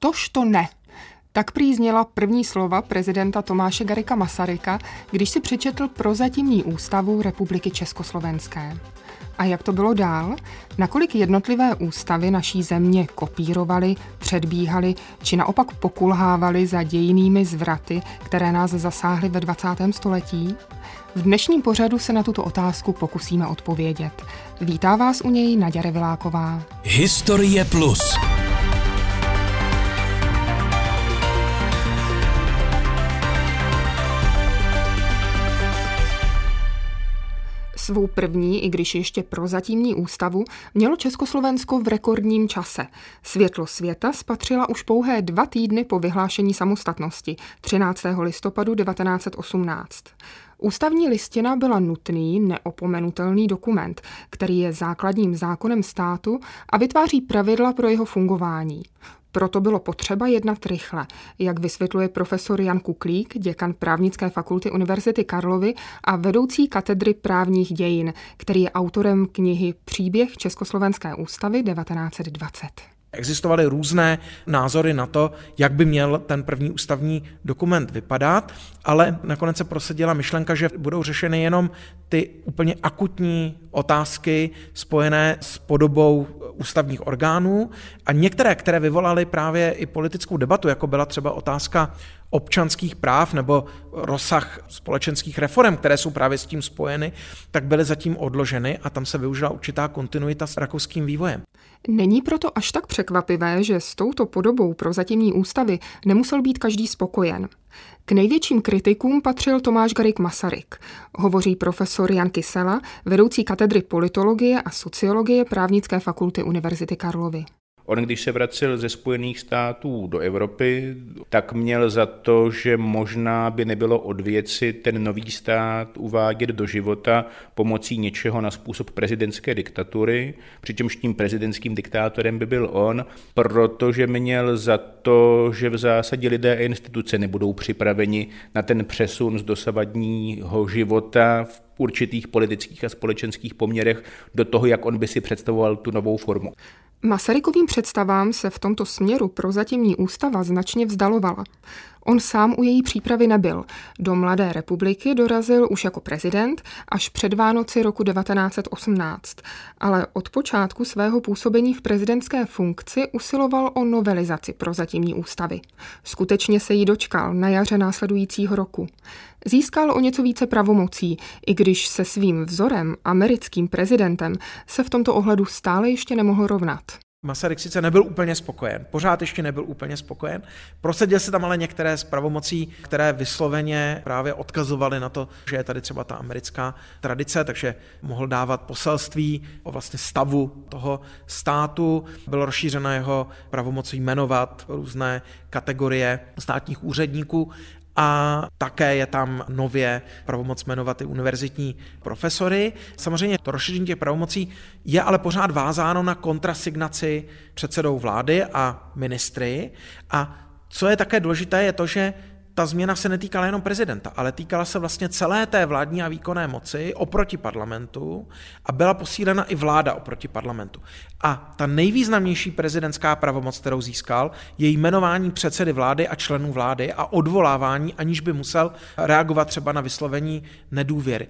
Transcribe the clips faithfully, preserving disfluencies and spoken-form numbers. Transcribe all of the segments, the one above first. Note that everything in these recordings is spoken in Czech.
Tož to ne. Tak prý zněla první slova prezidenta Tomáše Garrigua Masaryka, když si přečetl prozatímní ústavu Republiky Československé. A jak to bylo dál? Nakolik jednotlivé ústavy naší země kopírovaly, předbíhaly či naopak pokulhávaly za dějinnými zvraty, které nás zasáhly ve dvacátém století? V dnešním pořadu se na tuto otázku pokusíme odpovědět. Vítá vás u něj Naďa Reviláková. Historie plus. Svou první, i když ještě prozatímní ústavu, mělo Československo v rekordním čase. Světlo světa spatřila už pouhé dva týdny po vyhlášení samostatnosti, třináctého listopadu devatenáct set osmnáct. Ústavní listina byla nutný, neopomenutelný dokument, který je základním zákonem státu a vytváří pravidla pro jeho fungování. Proto bylo potřeba jednat rychle, jak vysvětluje profesor Jan Kuklík, děkan Právnické fakulty Univerzity Karlovy a vedoucí katedry právních dějin, který je autorem knihy Příběh Československé ústavy devatenáct set dvacet. Existovaly různé názory na to, jak by měl ten první ústavní dokument vypadat, ale nakonec se prosadila myšlenka, že budou řešeny jenom ty úplně akutní otázky spojené s podobou ústavních orgánů a některé, které vyvolaly právě i politickou debatu, jako byla třeba otázka občanských práv nebo rozsah společenských reforem, které jsou právě s tím spojeny, tak byly zatím odloženy a tam se využila určitá kontinuita s rakouským vývojem. Není proto až tak překvapivé, že s touto podobou prozatímní ústavy nemusel být každý spokojen. K největším kritikům patřil Tomáš Garrigue Masaryk, hovoří profesor Jan Kysela, vedoucí katedry politologie a sociologie Právnické fakulty Univerzity Karlovy. On, když se vracel ze Spojených států do Evropy, tak měl za to, že možná by nebylo od věci ten nový stát uvádět do života pomocí něčeho na způsob prezidentské diktatury, přičemž tím prezidentským diktátorem by byl on, protože měl za to, že v zásadě lidé a instituce nebudou připraveni na ten přesun z dosavadního života v určitých politických a společenských poměrech do toho, jak on by si představoval tu novou formu. Masarykovým představám se v tomto směru prozatímní ústava značně vzdalovala. On sám u její přípravy nebyl. Do Mladé republiky dorazil už jako prezident až před Vánoci roku devatenáct set osmnáct, ale od počátku svého působení v prezidentské funkci usiloval o novelizaci prozatímní ústavy. Skutečně se jí dočkal na jaře následujícího roku. Získal o něco více pravomocí, i když se svým vzorem, americkým prezidentem, se v tomto ohledu stále ještě nemohl rovnat. Masaryk sice nebyl úplně spokojen, pořád ještě nebyl úplně spokojen, prosadil se tam ale některé z pravomocí, které vysloveně právě odkazovaly na to, že je tady třeba ta americká tradice, takže mohl dávat poselství o vlastně stavu toho státu, bylo rozšířeno jeho pravomocí jmenovat různé kategorie státních úředníků, a také je tam nově pravomoc jmenovat i univerzitní profesory. Samozřejmě to rozšíření těch pravomocí je ale pořád vázáno na kontrasignaci předsedou vlády a ministry. A co je také důležité, je to, že ta změna se netýkala jenom prezidenta, ale týkala se vlastně celé té vládní a výkonné moci oproti parlamentu a byla posílena i vláda oproti parlamentu. A ta nejvýznamnější prezidentská pravomoc, kterou získal, je jmenování předsedy vlády a členů vlády a odvolávání, aniž by musel reagovat třeba na vyslovení nedůvěry.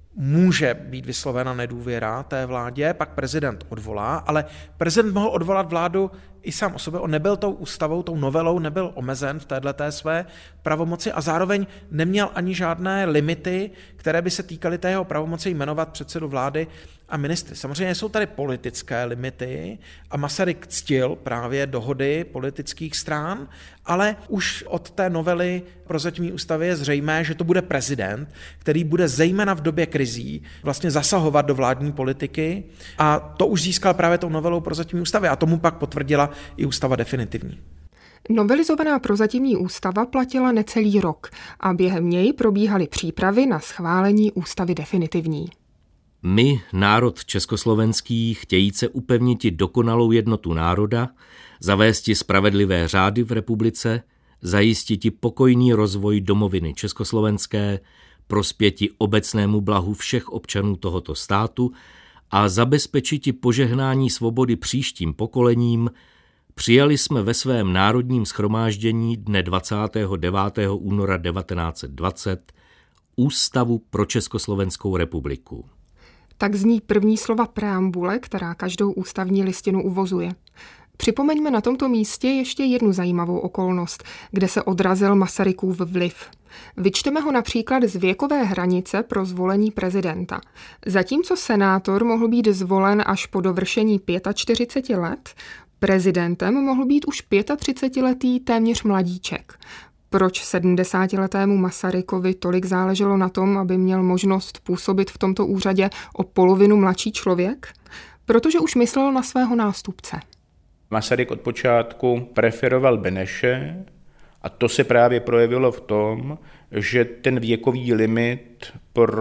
Může být vyslovena nedůvěra té vládě, pak prezident odvolá, ale prezident mohl odvolat vládu i sám o sobě. On nebyl tou ústavou, tou novelou, nebyl omezen v téhleté své pravomoci a zároveň neměl ani žádné limity, které by se týkaly té jeho pravomoci jmenovat předsedu vlády a ministry. Samozřejmě jsou tady politické limity a Masaryk ctil právě dohody politických stran, ale už od té novely prozatímní ústavy je zřejmé, že to bude prezident, který bude zejména v době krizí vlastně zasahovat do vládní politiky a to už získal právě tou novelou prozatímní ústavy a tomu pak potvrdila i ústava definitivní. Novelizovaná prozatímní ústava platila necelý rok a během něj probíhaly přípravy na schválení ústavy definitivní. My, národ československý, chtějíce upevniti dokonalou jednotu národa, zavésti spravedlivé řády v republice, zajistiti pokojný rozvoj domoviny československé, prospěti obecnému blahu všech občanů tohoto státu a zabezpečiti požehnání svobody příštím pokolením, Přijali jsme ve svém národním shromáždění dne dvacátého devátého února devatenáct set dvacet Ústavu pro Československou republiku. Tak zní první slova preambule, která každou ústavní listinu uvozuje. Připomeňme na tomto místě ještě jednu zajímavou okolnost, kde se odrazil Masarykův vliv. Vyčteme ho například z věkové hranice pro zvolení prezidenta. Zatímco senátor mohl být zvolen až po dovršení čtyřiceti pěti let, prezidentem mohl být už třicetiletý téměř mladíček. Proč sedmdesátiletému Masarykovi tolik záleželo na tom, aby měl možnost působit v tomto úřadě o polovinu mladší člověk? Protože už myslel na svého nástupce. Masaryk od počátku preferoval Beneše a to se právě projevilo v tom, že ten věkový limit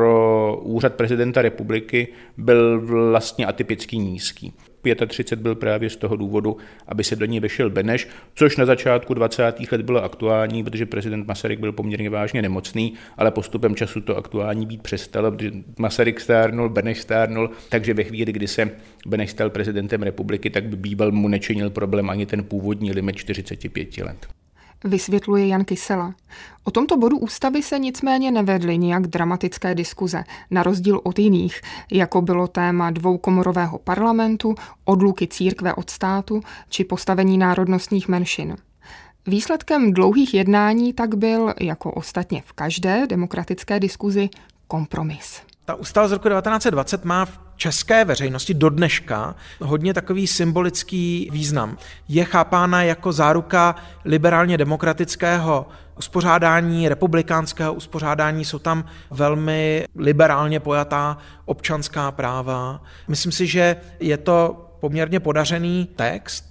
pro úřad prezidenta republiky byl vlastně atypicky nízký. třicet pět byl právě z toho důvodu, aby se do ní vešel Beneš, což na začátku dvacátých let bylo aktuální, protože prezident Masaryk byl poměrně vážně nemocný, ale postupem času to aktuální být přestalo, protože Masaryk stárnul, Beneš stárnul, takže ve chvíli, kdy se Beneš stal prezidentem republiky, tak by býval mu nečinil problém ani ten původní limit čtyřicet pět let. Vysvětluje Jan Kysela. O tomto bodu ústavy se nicméně nevedly nijak dramatické diskuze, na rozdíl od jiných, jako bylo téma dvoukomorového parlamentu, odluky církve od státu či postavení národnostních menšin. Výsledkem dlouhých jednání tak byl, jako ostatně v každé demokratické diskuzi, kompromis. Ta ústava z roku devatenáct set dvacet má v české veřejnosti do dneška hodně takový symbolický význam. Je chápána jako záruka liberálně demokratického uspořádání, republikánského uspořádání, jsou tam velmi liberálně pojatá občanská práva. Myslím si, že je to poměrně podařený text,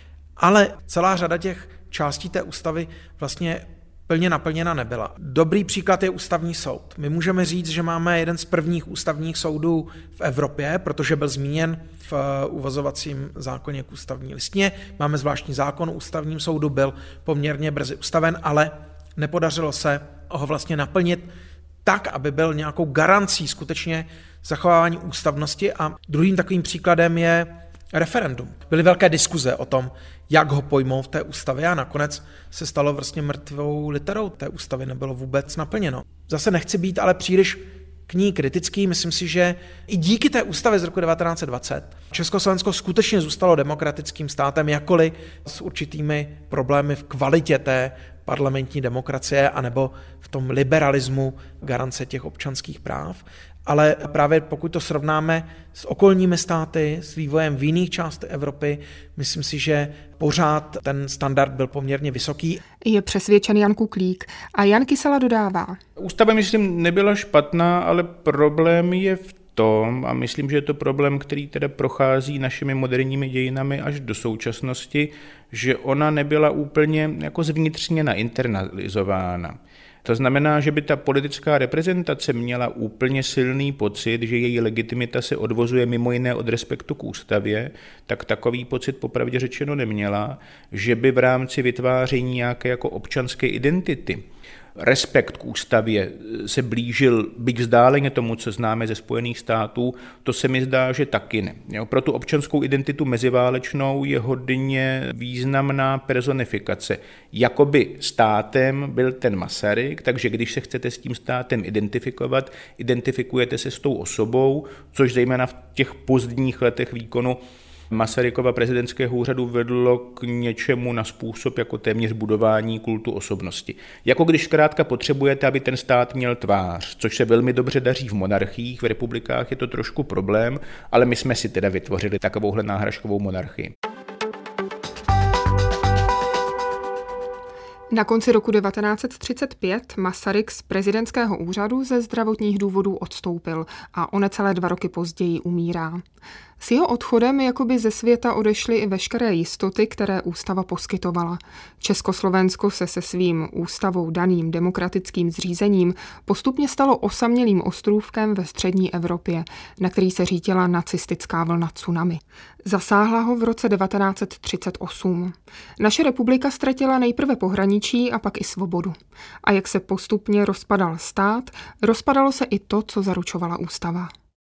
ale celá řada těch částí té ústavy vlastně plně naplněna nebyla. Dobrý příklad je ústavní soud. My můžeme říct, že máme jeden z prvních ústavních soudů v Evropě, protože byl zmíněn v uvozovacím zákoně k ústavní listině. Máme zvláštní zákon o ústavním soudu, byl poměrně brzy ustaven, ale nepodařilo se ho vlastně naplnit tak, aby byl nějakou garancí skutečně zachovávání ústavnosti. A druhým takovým příkladem je referendum. Byly velké diskuze o tom, jak ho pojmou v té ústavě a nakonec se stalo vlastně mrtvou literou té ústavy, nebylo vůbec naplněno. Zase nechci být ale příliš k ní kritický, myslím si, že i díky té ústavě z roku devatenáct set dvacet Československo skutečně zůstalo demokratickým státem, jakkoliv s určitými problémy v kvalitě té parlamentní demokracie anebo v tom liberalismu garance těch občanských práv. Ale právě pokud to srovnáme s okolními státy, s vývojem v jiných částech Evropy, myslím si, že pořád ten standard byl poměrně vysoký. Je přesvědčen Jan Kuklík a Jan Kysela dodává. Ústava, myslím, nebyla špatná, ale problém je v tom, a myslím, že je to problém, který teda prochází našimi moderními dějinami až do současnosti, že ona nebyla úplně jako zvnitřněna, internalizována. To znamená, že by ta politická reprezentace měla úplně silný pocit, že její legitimita se odvozuje mimo jiné od respektu k ústavě, tak takový pocit popravdě řečeno neměla, že by v rámci vytváření nějaké jako občanské identity respekt k ústavě se blížil, byť vzdáleně tomu, co známe ze Spojených států, to se mi zdá, že taky ne. Jo, pro tu občanskou identitu meziválečnou je hodně významná personifikace. Jakoby státem byl ten Masaryk, takže když se chcete s tím státem identifikovat, identifikujete se s tou osobou, což zejména v těch pozdních letech výkonu Masarykova prezidentského úřadu vedlo k něčemu na způsob jako téměř budování kultu osobnosti. Jako když zkrátka potřebujete, aby ten stát měl tvář, což se velmi dobře daří v monarchiích, v republikách je to trošku problém, ale my jsme si teda vytvořili takovouhle náhražkovou monarchii. Na konci roku devatenáct set třicet pět Masaryk z prezidentského úřadu ze zdravotních důvodů odstoupil a o necelé dva roky později umírá. S jeho odchodem jakoby ze světa odešly i veškeré jistoty, které ústava poskytovala. Československo se se svým ústavou daným demokratickým zřízením postupně stalo osamělým ostrůvkem ve střední Evropě, na který se řítila nacistická vlna tsunami. Zasáhla ho v roce devatenáct set třicet osm. Naše republika ztratila nejprve pohraničí a pak i svobodu. A jak se postupně rozpadal stát, rozpadalo se i to, co zaručovala ústava.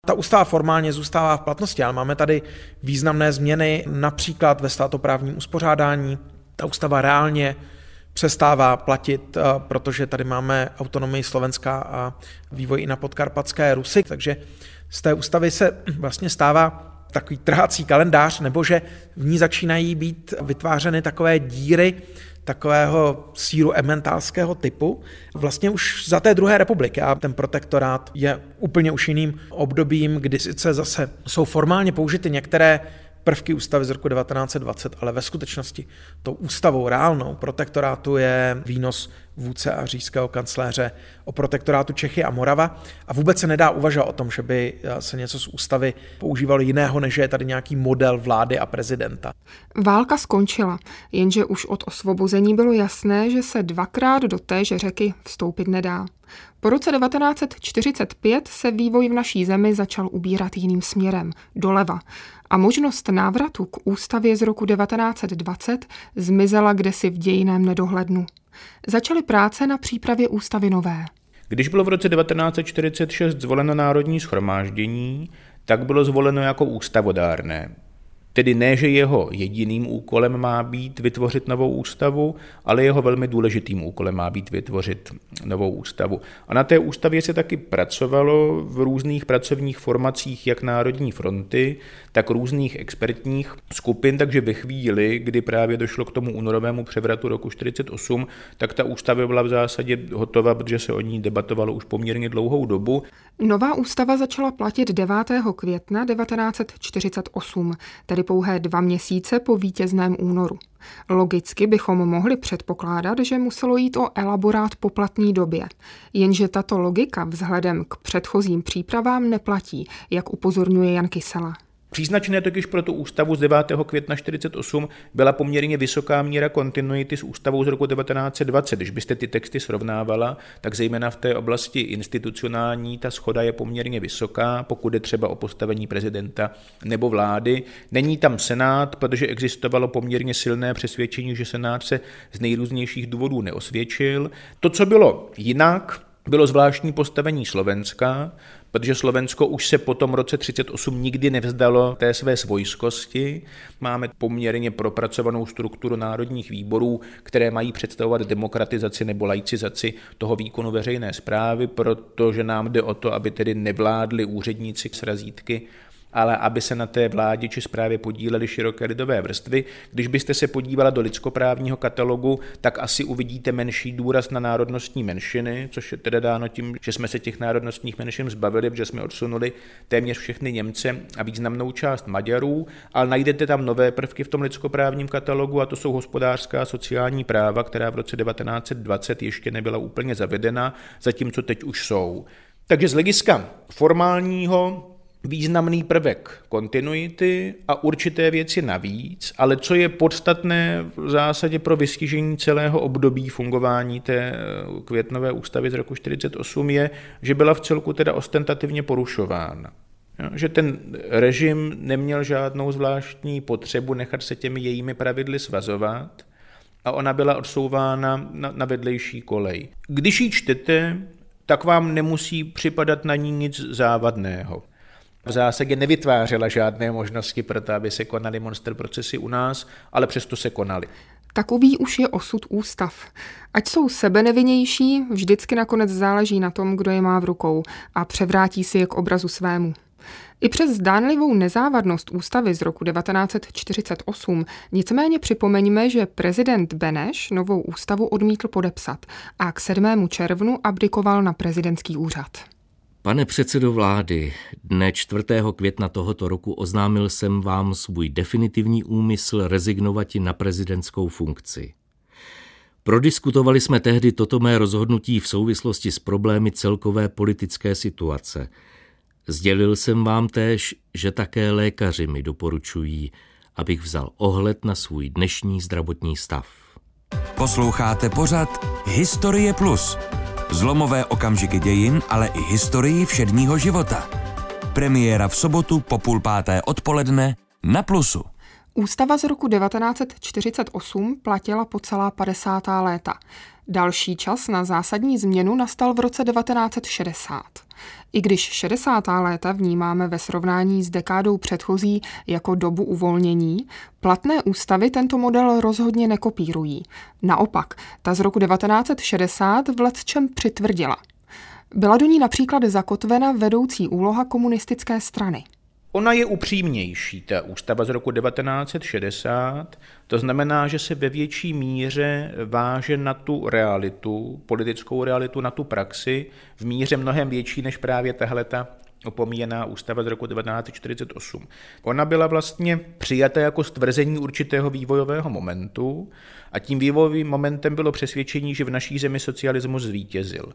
Ta ústava formálně zůstává v platnosti, ale máme tady významné změny, například ve státoprávním uspořádání. Ta ústava reálně přestává platit, protože tady máme autonomii Slovenska a vývoj i na podkarpatské Rusy, takže z té ústavy se vlastně stává takový trhací kalendář, nebo že v ní začínají být vytvářeny takové díry takového síru ementálského typu. Vlastně už za té druhé republiky a ten protektorát je úplně už jiným obdobím, kdy sice zase jsou formálně použity některé prvky ústavy z roku devatenáct set dvacet, ale ve skutečnosti tou ústavou reálnou protektorátu je výnos vůdce a říšského kancléře o protektorátu Čechy a Morava a vůbec se nedá uvažovat o tom, že by se něco z ústavy používalo jiného, než je tady nějaký model vlády a prezidenta. Válka skončila, jenže už od osvobození bylo jasné, že se dvakrát do téže řeky vstoupit nedá. Po roce devatenáct set čtyřicet pět se vývoj v naší zemi začal ubírat jiným směrem, doleva, a možnost návratu k ústavě z roku devatenáct set dvacet zmizela kdesi v dějinném nedohlednu. Začaly práce na přípravě ústavy nové. Když bylo v roce devatenáct set čtyřicet šest zvoleno Národní shromáždění, tak bylo zvoleno jako ústavodárné. Tedy ne, že jeho jediným úkolem má být vytvořit novou ústavu, ale jeho velmi důležitým úkolem má být vytvořit novou ústavu. A na té ústavě se taky pracovalo v různých pracovních formacích jak Národní fronty, tak různých expertních skupin, takže ve chvíli, kdy právě došlo k tomu únorovému převratu roku čtyřicet osm, tak ta ústava byla v zásadě hotová, protože se o ní debatovalo už poměrně dlouhou dobu. Nová ústava začala platit devátého května devatenáct set čtyřicet osm, tedy pouhé dva měsíce po vítězném únoru. Logicky bychom mohli předpokládat, že muselo jít o elaborát po platné době. Jenže tato logika vzhledem k předchozím přípravám neplatí, jak upozorňuje Jan Kysela. Příznačné totiž pro tu ústavu z devátého května čtyřicet osm byla poměrně vysoká míra kontinuity s ústavou z roku devatenáct set dvacet. Když byste ty texty srovnávala, tak zejména v té oblasti institucionální ta shoda je poměrně vysoká, pokud je třeba o postavení prezidenta nebo vlády. Není tam Senát, protože existovalo poměrně silné přesvědčení, že Senát se z nejrůznějších důvodů neosvědčil. To, co bylo jinak, bylo zvláštní postavení Slovenska, protože Slovensko už se po tom roce třicet osm nikdy nevzdalo té své svojskosti. Máme poměrně propracovanou strukturu národních výborů, které mají představovat demokratizaci nebo laicizaci toho výkonu veřejné správy, protože nám jde o to, aby tedy nevládli úředníci s razítky, ale aby se na té vládě či správě podílely široké lidové vrstvy. Když byste se podívala do lidskoprávního katalogu, tak asi uvidíte menší důraz na národnostní menšiny, což je teda dáno tím, že jsme se těch národnostních menšin zbavili, protože jsme odsunuli téměř všechny Němce a významnou část Maďarů, ale najdete tam nové prvky v tom lidskoprávním katalogu a to jsou hospodářská a sociální práva, která v roce devatenáct set dvacet ještě nebyla úplně zavedena, zatímco teď už jsou. Takže z hlediska formálního významný prvek kontinuity a určité věci navíc, ale co je podstatné v zásadě pro vystižení celého období fungování té květnové ústavy z roku čtyřicet osm je, že byla v celku teda ostentativně porušována. Že ten režim neměl žádnou zvláštní potřebu nechat se těmi jejími pravidly svazovat a ona byla odsouvána na, na vedlejší kolej. Když ji čtete, tak vám nemusí připadat na ní nic závadného. V zásadě nevytvářela žádné možnosti pro to, aby se konaly monster procesy u nás, ale přesto se konaly. Takový už je osud ústav. Ať jsou sebenevinnější, vždycky nakonec záleží na tom, kdo je má v rukou a převrátí si je k obrazu svému. I přes zdánlivou nezávadnost ústavy z roku devatenáct set čtyřicet osm nicméně připomeňme, že prezident Beneš novou ústavu odmítl podepsat a k sedmému červnu abdikoval na prezidentský úřad. Pane předsedo vlády, dne čtvrtého května tohoto roku oznámil jsem vám svůj definitivní úmysl rezignovati na prezidentskou funkci. Prodiskutovali jsme tehdy toto mé rozhodnutí v souvislosti s problémy celkové politické situace. Sdělil jsem vám též, že také lékaři mi doporučují, abych vzal ohled na svůj dnešní zdravotní stav. Posloucháte pořad Historie plus. Zlomové okamžiky dějin, ale i historii všedního života. Premiéra v sobotu po půl páté odpoledne na Plusu. Ústava z roku devatenáct set čtyřicet osm platila po celá padesátá léta. Další čas na zásadní změnu nastal v roce devatenáct set šedesát. I když šedesátá léta vnímáme ve srovnání s dekádou předchozí jako dobu uvolnění, platné ústavy tento model rozhodně nekopírují. Naopak, ta z roku devatenáct set šedesát v lecčem přitvrdila. Byla do ní například zakotvena vedoucí úloha komunistické strany. Ona je upřímnější, ta ústava z roku devatenáct set šedesát, to znamená, že se ve větší míře váže na tu realitu, politickou realitu, na tu praxi, v míře mnohem větší než právě tahleta opomíjená ústava z roku devatenáct set čtyřicet osm. Ona byla vlastně přijata jako stvrzení určitého vývojového momentu a tím vývojovým momentem bylo přesvědčení, že v naší zemi socialismus zvítězil.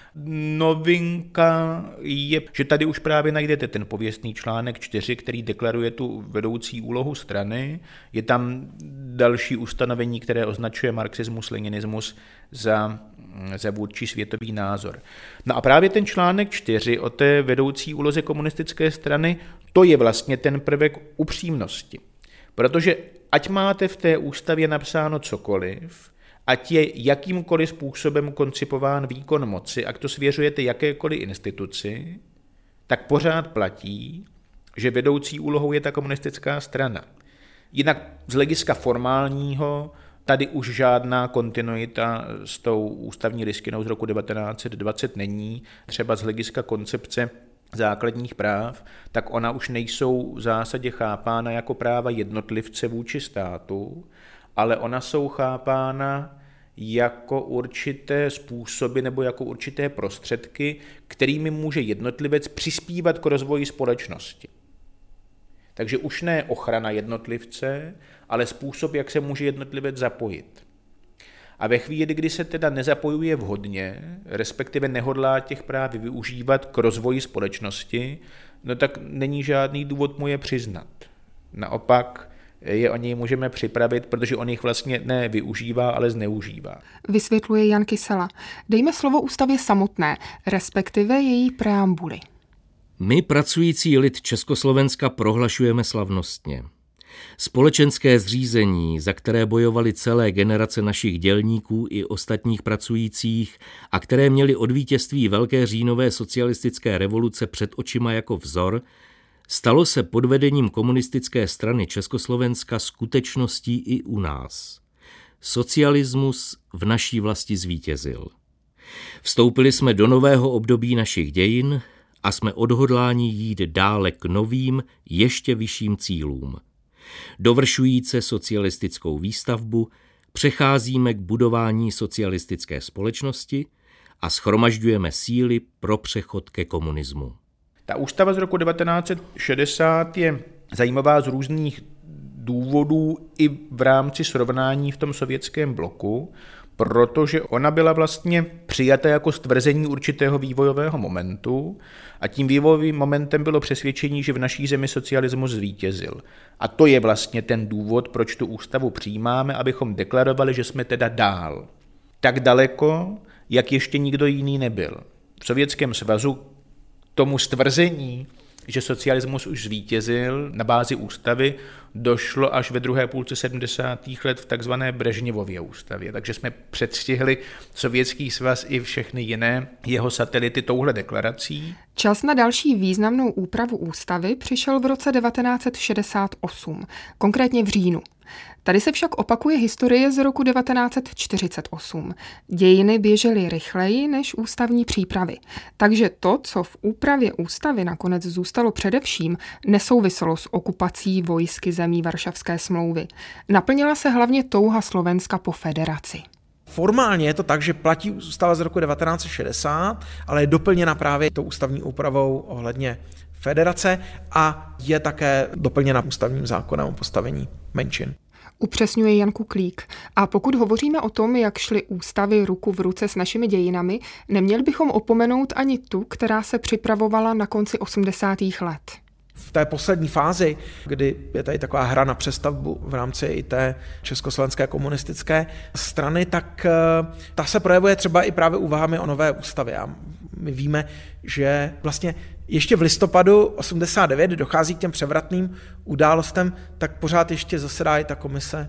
Novinka je, že tady už právě najdete ten pověstný článek čtyři, který deklaruje tu vedoucí úlohu strany. Je tam další ustanovení, které označuje marxismus, leninismus za, za vůdčí světový názor. No a právě ten článek čtyři o té vedoucí úloze komunistické strany, to je vlastně ten prvek upřímnosti. Protože ať máte v té ústavě napsáno cokoliv, ať je jakýmkoliv způsobem koncipován výkon moci, ať to svěřujete jakékoliv instituci, tak pořád platí, že vedoucí úlohou je ta komunistická strana. Jinak z hlediska formálního tady už žádná kontinuita s tou ústavní listinou z roku devatenáct set dvacet není, třeba z hlediska koncepce základních práv, tak ona už nejsou v zásadě chápána jako práva jednotlivce vůči státu, ale ona jsou chápána jako určité způsoby nebo jako určité prostředky, kterými může jednotlivec přispívat k rozvoji společnosti. Takže už ne ochrana jednotlivce, ale způsob, jak se může jednotlivec zapojit. A ve chvíli, kdy se teda nezapojuje vhodně, respektive nehodlá těch práv využívat k rozvoji společnosti, no tak není žádný důvod mu je přiznat. Naopak je o něj můžeme připravit, protože on jich vlastně ne využívá, ale zneužívá. Vysvětluje Jan Kysela. Dejme slovo ústavě samotné, respektive její preambuly. My, pracující lid Československa, prohlašujeme slavnostně. Společenské zřízení, za které bojovaly celé generace našich dělníků i ostatních pracujících a které měly od vítězství Velké říjnové socialistické revoluce před očima jako vzor, stalo se pod vedením komunistické strany Československa skutečností i u nás. Socialismus v naší vlasti zvítězil. Vstoupili jsme do nového období našich dějin a jsme odhodláni jít dále k novým, ještě vyšším cílům. Dovršujíce socialistickou výstavbu přecházíme k budování socialistické společnosti a shromažďujeme síly pro přechod ke komunismu. Ta ústava z roku devatenáct set šedesát je zajímavá z různých důvodů i v rámci srovnání v tom sovětském bloku, protože ona byla vlastně přijata jako stvrzení určitého vývojového momentu a tím vývojovým momentem bylo přesvědčení, že v naší zemi socialismus zvítězil. A to je vlastně ten důvod, proč tu ústavu přijímáme, abychom deklarovali, že jsme teda dál. Tak daleko, jak ještě nikdo jiný nebyl. V Sovětském svazu tomu stvrzení, že socialismus už zvítězil na bázi ústavy, došlo až ve druhé půlce sedmdesátých let v takzvané Brežněvově ústavě. Takže jsme předstihli Sovětský svaz i všechny jiné jeho satelity touhle deklarací. Čas na další významnou úpravu ústavy přišel v roce devatenáct set šedesát osm, konkrétně v říjnu. Tady se však opakuje historie z roku devatenáct set čtyřicet osm. Dějiny běžely rychleji než ústavní přípravy. Takže to, co v úpravě ústavy nakonec zůstalo především, nesouviselo s okupací vojsky zemí Varšavské smlouvy. Naplnila se hlavně touha Slovenska po federaci. Formálně je to tak, že platí ústava z roku devatenáct set šedesát, ale je doplněna právě tou ústavní úpravou ohledně federace a je také doplněna ústavním zákonem o postavení menšin. Upřesňuje Jan Kuklík. A pokud hovoříme o tom, jak šly ústavy ruku v ruce s našimi dějinami, neměli bychom opomenout ani tu, která se připravovala na konci osmdesátých let. V té poslední fázi, kdy je tady taková hra na přestavbu v rámci i té československé komunistické strany, tak ta se projevuje třeba i právě úvahami o nové ústavě. A my víme, že vlastně ještě v listopadu osmdesát devět dochází k těm převratným událostem, tak pořád ještě zasedá i ta komise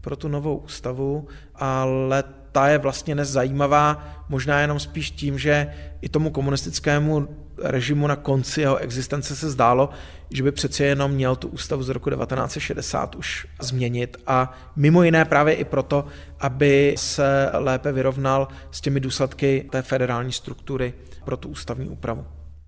pro tu novou ústavu, ale ta je vlastně dnes zajímavá, možná jenom spíš tím, že i tomu komunistickému režimu na konci jeho existence se zdálo, že by přeci jenom měl tu ústavu z roku devatenáct set šedesát už změnit a mimo jiné právě i proto, aby se lépe vyrovnal s těmi důsledky té federální struktury pro tu ústavní úpravu.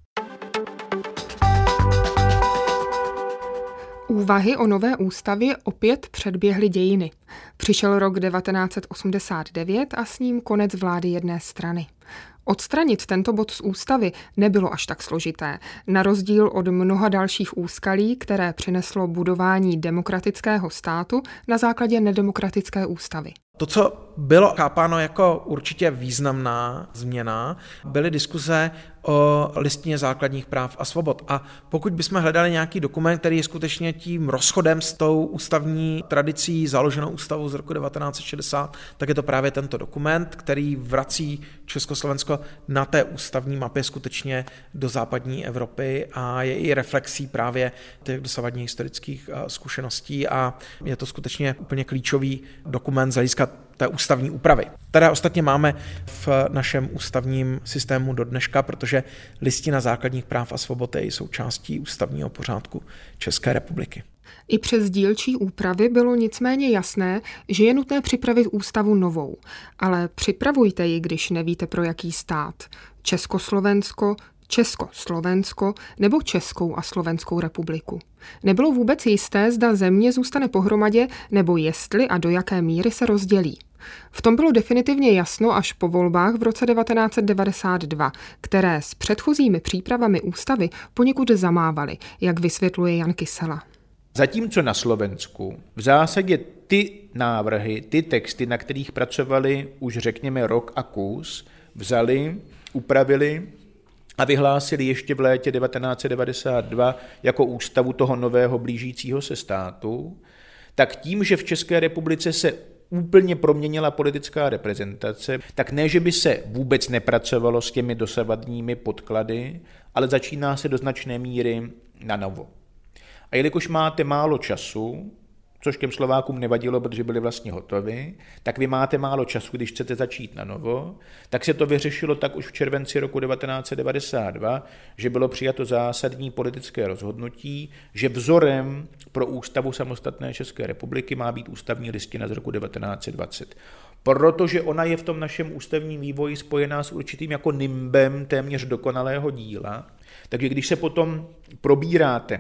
Úvahy o nové ústavě opět předběhly dějiny. Přišel rok devatenáct set osmdesát devět a s ním konec vlády jedné strany. Odstranit tento bod z ústavy nebylo až tak složité, na rozdíl od mnoha dalších úskalí, které přineslo budování demokratického státu na základě nedemokratické ústavy. To, co bylo chápáno jako určitě významná změna, byly diskuze o listině základních práv a svobod. A pokud bychom hledali nějaký dokument, který je skutečně tím rozchodem s tou ústavní tradicí založenou ústavou z roku devatenáct set šedesát, tak je to právě tento dokument, který vrací Československo na té ústavní mapě skutečně do západní Evropy a je i reflexí právě těch dosavadních historických zkušeností a je to skutečně úplně klíčový dokument z hlediska té ústavní úpravy, které ostatně máme v našem ústavním systému do dneška, protože listina základních práv a svobod je součástí ústavního pořádku České republiky. I přes dílčí úpravy bylo nicméně jasné, že je nutné připravit ústavu novou. Ale připravujte ji, když nevíte pro jaký stát. Československo, Československo nebo Českou a Slovenskou republiku. Nebylo vůbec jisté, zda země zůstane pohromadě nebo jestli a do jaké míry se rozdělí. V tom bylo definitivně jasno až po volbách v roce devatenáct set devadesát dva, které s předchozími přípravami ústavy poněkud zamávaly, jak vysvětluje Jan Kysela. Zatímco na Slovensku v zásadě ty návrhy, ty texty, na kterých pracovali už řekněme rok a kus, vzali, upravili a vyhlásili ještě v létě devatenáct set devadesát dva jako ústavu toho nového blížícího se státu, tak tím, že v České republice se úplně proměnila politická reprezentace, tak ne, že by se vůbec nepracovalo s těmi dosavadními podklady, ale začíná se do značné míry na novo. A jelikož máte málo času, což těm Slovákům nevadilo, protože byli vlastně hotovi, tak vy máte málo času, když chcete začít na novo, tak se to vyřešilo tak už v červenci roku devatenáct set devadesát dva, že bylo přijato zásadní politické rozhodnutí, že vzorem pro ústavu samostatné České republiky má být ústavní listina z roku devatenáct set dvacet. Protože ona je v tom našem ústavním vývoji spojená s určitým jako nimbem téměř dokonalého díla, takže když se potom probíráte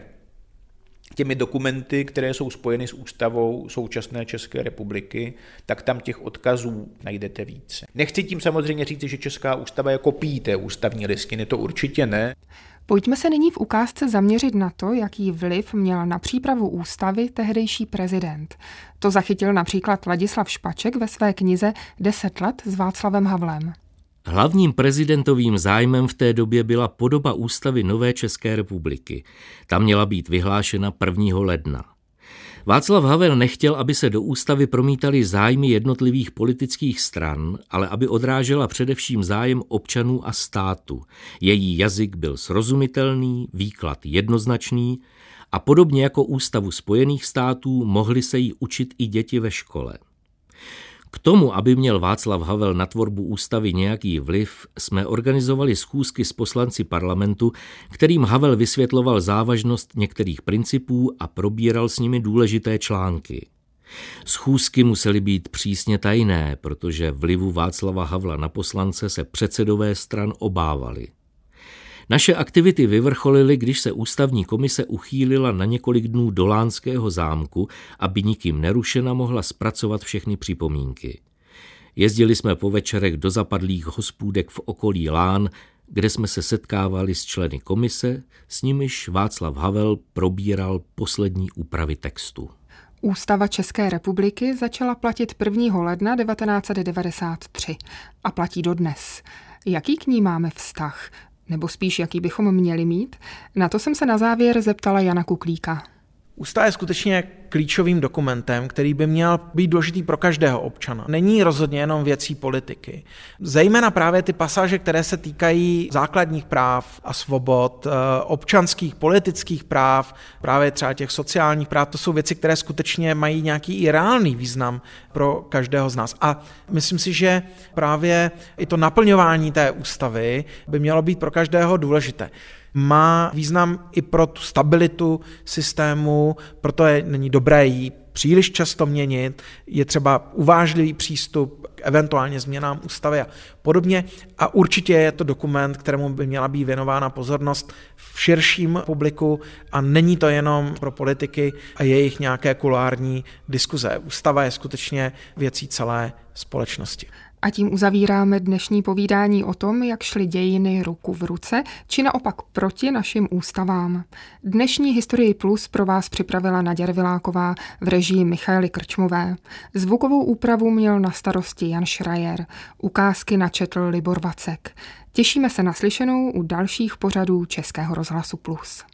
těmi dokumenty, které jsou spojeny s ústavou současné České republiky, tak tam těch odkazů najdete více. Nechci tím samozřejmě říct, že Česká ústava je kopií té ústavní listiny, to určitě ne. Pojďme se nyní v ukázce zaměřit na to, jaký vliv měl na přípravu ústavy tehdejší prezident. To zachytil například Ladislav Špaček ve své knize Deset let s Václavem Havlem. Hlavním prezidentovým zájmem v té době byla podoba ústavy nové České republiky. Ta měla být vyhlášena prvního ledna. Václav Havel nechtěl, aby se do ústavy promítaly zájmy jednotlivých politických stran, ale aby odrážela především zájem občanů a státu. Její jazyk byl srozumitelný, výklad jednoznačný a podobně jako ústavu Spojených států mohly se jí učit i děti ve škole. K tomu, aby měl Václav Havel na tvorbu ústavy nějaký vliv, jsme organizovali schůzky s poslanci parlamentu, kterým Havel vysvětloval závažnost některých principů a probíral s nimi důležité články. Schůzky musely být přísně tajné, protože vlivu Václava Havla na poslance se předsedové stran obávali. Naše aktivity vyvrcholily, když se ústavní komise uchýlila na několik dnů do Lánského zámku, aby nikým nerušena mohla zpracovat všechny připomínky. Jezdili jsme po večerech do zapadlých hospůdek v okolí Lán, kde jsme se setkávali s členy komise, s nimiž Václav Havel probíral poslední úpravy textu. Ústava České republiky začala platit prvního ledna devatenáct set devadesát tři a platí dodnes. Jaký k ní máme vztah? Nebo spíš, jaký bychom měli mít? Na to jsem se na závěr zeptala Jana Kuklíka. Ústava je skutečně klíčovým dokumentem, který by měl být důležitý pro každého občana. Není rozhodně jenom věcí politiky. Zejména právě ty pasáže, které se týkají základních práv a svobod, občanských, politických práv, právě třeba těch sociálních práv, to jsou věci, které skutečně mají nějaký i reálný význam pro každého z nás. A myslím si, že právě i to naplňování té ústavy by mělo být pro každého důležité. Má význam i pro tu stabilitu systému, proto je, není dobré ji příliš často měnit, je třeba uvážlivý přístup k eventuálně změnám ústavy a podobně. A určitě je to dokument, kterému by měla být věnována pozornost v širším publiku a není to jenom pro politiky a jejich nějaké kuloární diskuze. Ústava je skutečně věcí celé společnosti. A tím uzavíráme dnešní povídání o tom, jak šly dějiny ruku v ruce, či naopak proti našim ústavám. Dnešní Historii Plus pro vás připravila Naděra Viláková v režii Michaely Krčmové. Zvukovou úpravu měl na starosti Jan Schreier. Ukázky načetl Libor Vacek. Těšíme se na slyšenou u dalších pořadů Českého rozhlasu Plus.